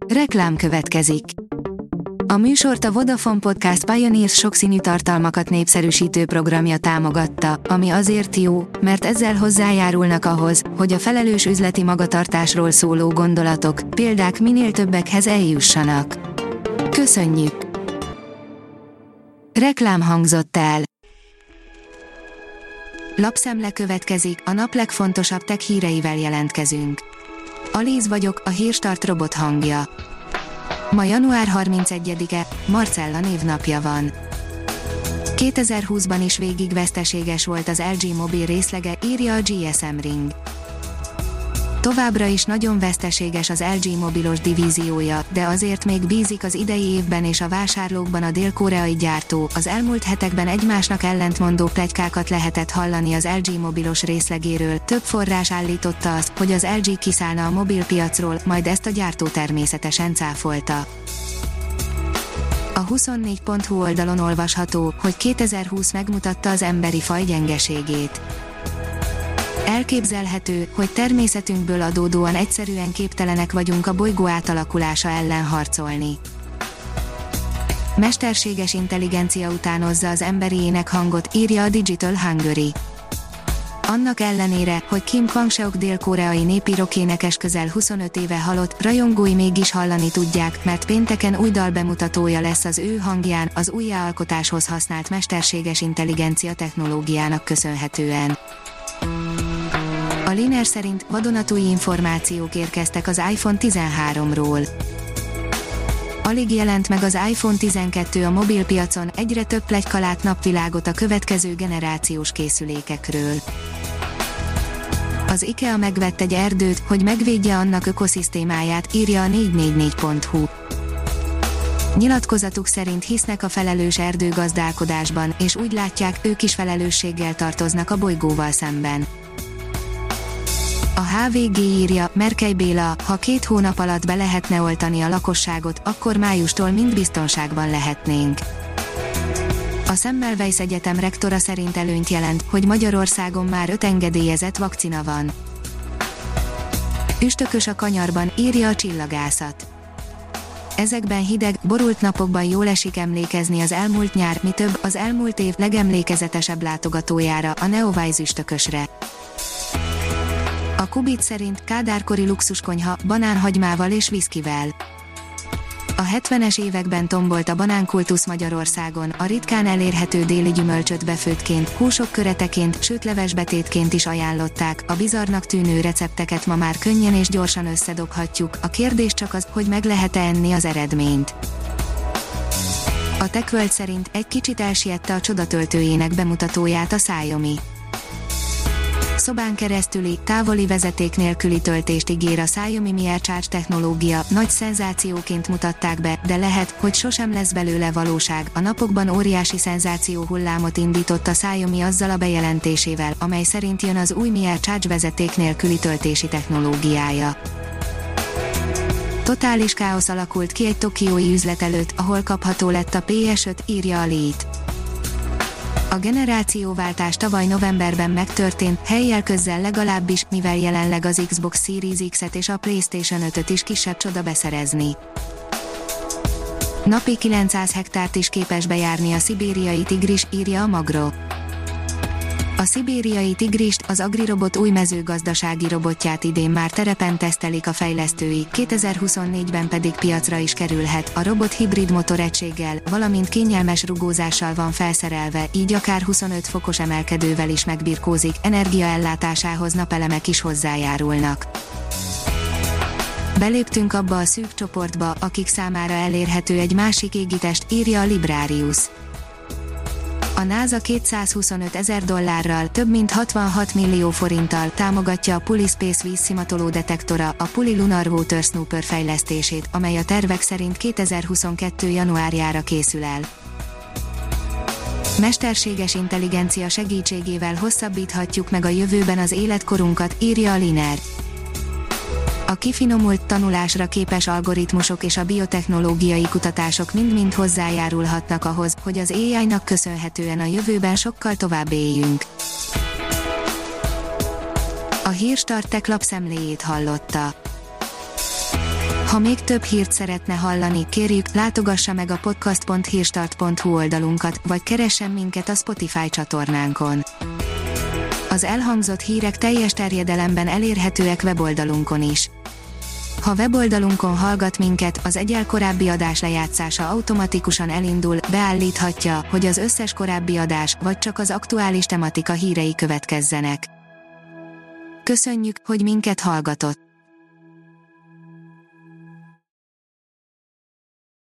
Reklám következik. A műsort a Vodafone Podcast Pioneers sokszínű tartalmakat népszerűsítő programja támogatta, ami azért jó, mert ezzel hozzájárulnak ahhoz, hogy a felelős üzleti magatartásról szóló gondolatok, példák minél többekhez eljussanak. Köszönjük! Reklám hangzott el. Lapszemle következik, a nap legfontosabb tech híreivel jelentkezünk. Alíz vagyok, a Hírstart robot hangja. Ma január 31-e, Marcella névnapja van. 2020-ban is végig veszteséges volt az LG mobil részlege, írja a GSM Ring. Továbbra is nagyon veszteséges az LG mobilos divíziója, de azért még bízik az idei évben és a vásárlókban a dél-koreai gyártó. Az elmúlt hetekben egymásnak ellentmondó pletykákat lehetett hallani az LG mobilos részlegéről, több forrás állította azt, hogy az LG kiszállna a mobilpiacról, majd ezt a gyártó természetesen cáfolta. A 24.hu oldalon olvasható, hogy 2020 megmutatta az emberi faj gyengeségét. Elképzelhető, hogy természetünkből adódóan egyszerűen képtelenek vagyunk a bolygó átalakulása ellen harcolni. Mesterséges intelligencia utánozza az emberi énekhangot, írja a Digital Hungary. Annak ellenére, hogy Kim Kwang-seok dél-koreai népi rockénekes közel 25 éve halott, rajongói mégis hallani tudják, mert pénteken új dalbemutatója lesz az ő hangján, az újjáalkotáshoz használt mesterséges intelligencia technológiának köszönhetően. A Liner szerint vadonatúj információk érkeztek az iPhone 13-ról. Alig jelent meg az iPhone 12 a mobilpiacon, egyre több pletyka lát napvilágot a következő generációs készülékekről. Az IKEA megvett egy erdőt, hogy megvédje annak ökoszisztémáját, írja a 444.hu. Nyilatkozatuk szerint hisznek a felelős erdőgazdálkodásban, és úgy látják, ők is felelősséggel tartoznak a bolygóval szemben. A HVG írja, Merkely Béla, ha 2 hónap alatt be lehetne oltani a lakosságot, akkor májustól mind biztonságban lehetnénk. A Semmelweis Egyetem rektora szerint előnyt jelent, hogy Magyarországon már 5 engedélyezett vakcina van. Üstökös a kanyarban, írja a Csillagászat. Ezekben hideg, borult napokban jól esik emlékezni az elmúlt nyár, mi több, az elmúlt év legemlékezetesebb látogatójára, a Neowise üstökösre. A Kubit szerint kádárkori luxuskonyha, banánhagymával és viszkivel. A 70-es években tombolt a banánkultusz Magyarországon, a ritkán elérhető déli gyümölcsöt befőttként, húsok köreteként, sőt levesbetétként is ajánlották, a bizarrnak tűnő recepteket ma már könnyen és gyorsan összedobhatjuk, a kérdés csak az, hogy meg lehet-e enni az eredményt. A TechWorld szerint egy kicsit elsiette a csodatöltőjének bemutatóját a Xiaomi. Szobán keresztüli, távoli vezeték nélküli töltést ígér a Xiaomi Mi Air Charge technológia, nagy szenzációként mutatták be, de lehet, hogy sosem lesz belőle valóság. A napokban óriási szenzáció hullámot indított a Xiaomi azzal a bejelentésével, amely szerint jön az új Mi Air Charge vezeték nélküli töltési technológiája. Totális káosz alakult ki egy tokiói üzlet előtt, ahol kapható lett a PS5, írja a Lead. A generációváltás tavaly novemberben megtörtént, helyjelközzel legalábbis, mivel jelenleg az Xbox Series X-et és a PlayStation 5-öt is kisebb csoda beszerezni. Napi 900 hektárt is képes bejárni a szibériai tigris, írja a Magro. A szibériai tigrist, az AgriRobot új mezőgazdasági robotját idén már terepen tesztelik a fejlesztői, 2024-ben pedig piacra is kerülhet. A robot hibrid motoregységgel, valamint kényelmes rugózással van felszerelve, így akár 25 fokos emelkedővel is megbirkózik, energiaellátásához napelemek is hozzájárulnak. Beléptünk abba a szűk csoportba, akik számára elérhető egy másik égitest, írja a Librarius. A NASA $225 000, több mint 66 millió forinttal támogatja a Puli Space vízszimatoló detektora, a Puli Lunar Water Snooper fejlesztését, amely a tervek szerint 2022. januárjára készül el. Mesterséges intelligencia segítségével hosszabbíthatjuk meg a jövőben az életkorunkat, írja a Liner. A kifinomult, tanulásra képes algoritmusok és a biotechnológiai kutatások mind-mind hozzájárulhatnak ahhoz, hogy az AI-nak köszönhetően a jövőben sokkal tovább éljünk. A Hírstart Tech lapszemléjét hallotta. Ha még több hírt szeretne hallani, kérjük, látogassa meg a podcast.hírstart.hu oldalunkat, vagy keressen minket a Spotify csatornánkon. Az elhangzott hírek teljes terjedelemben elérhetőek weboldalunkon is. Ha weboldalunkon hallgat minket, az egyel korábbi adás lejátszása automatikusan elindul, beállíthatja, hogy az összes korábbi adás, vagy csak az aktuális tematika hírei következzenek. Köszönjük, hogy minket hallgatott!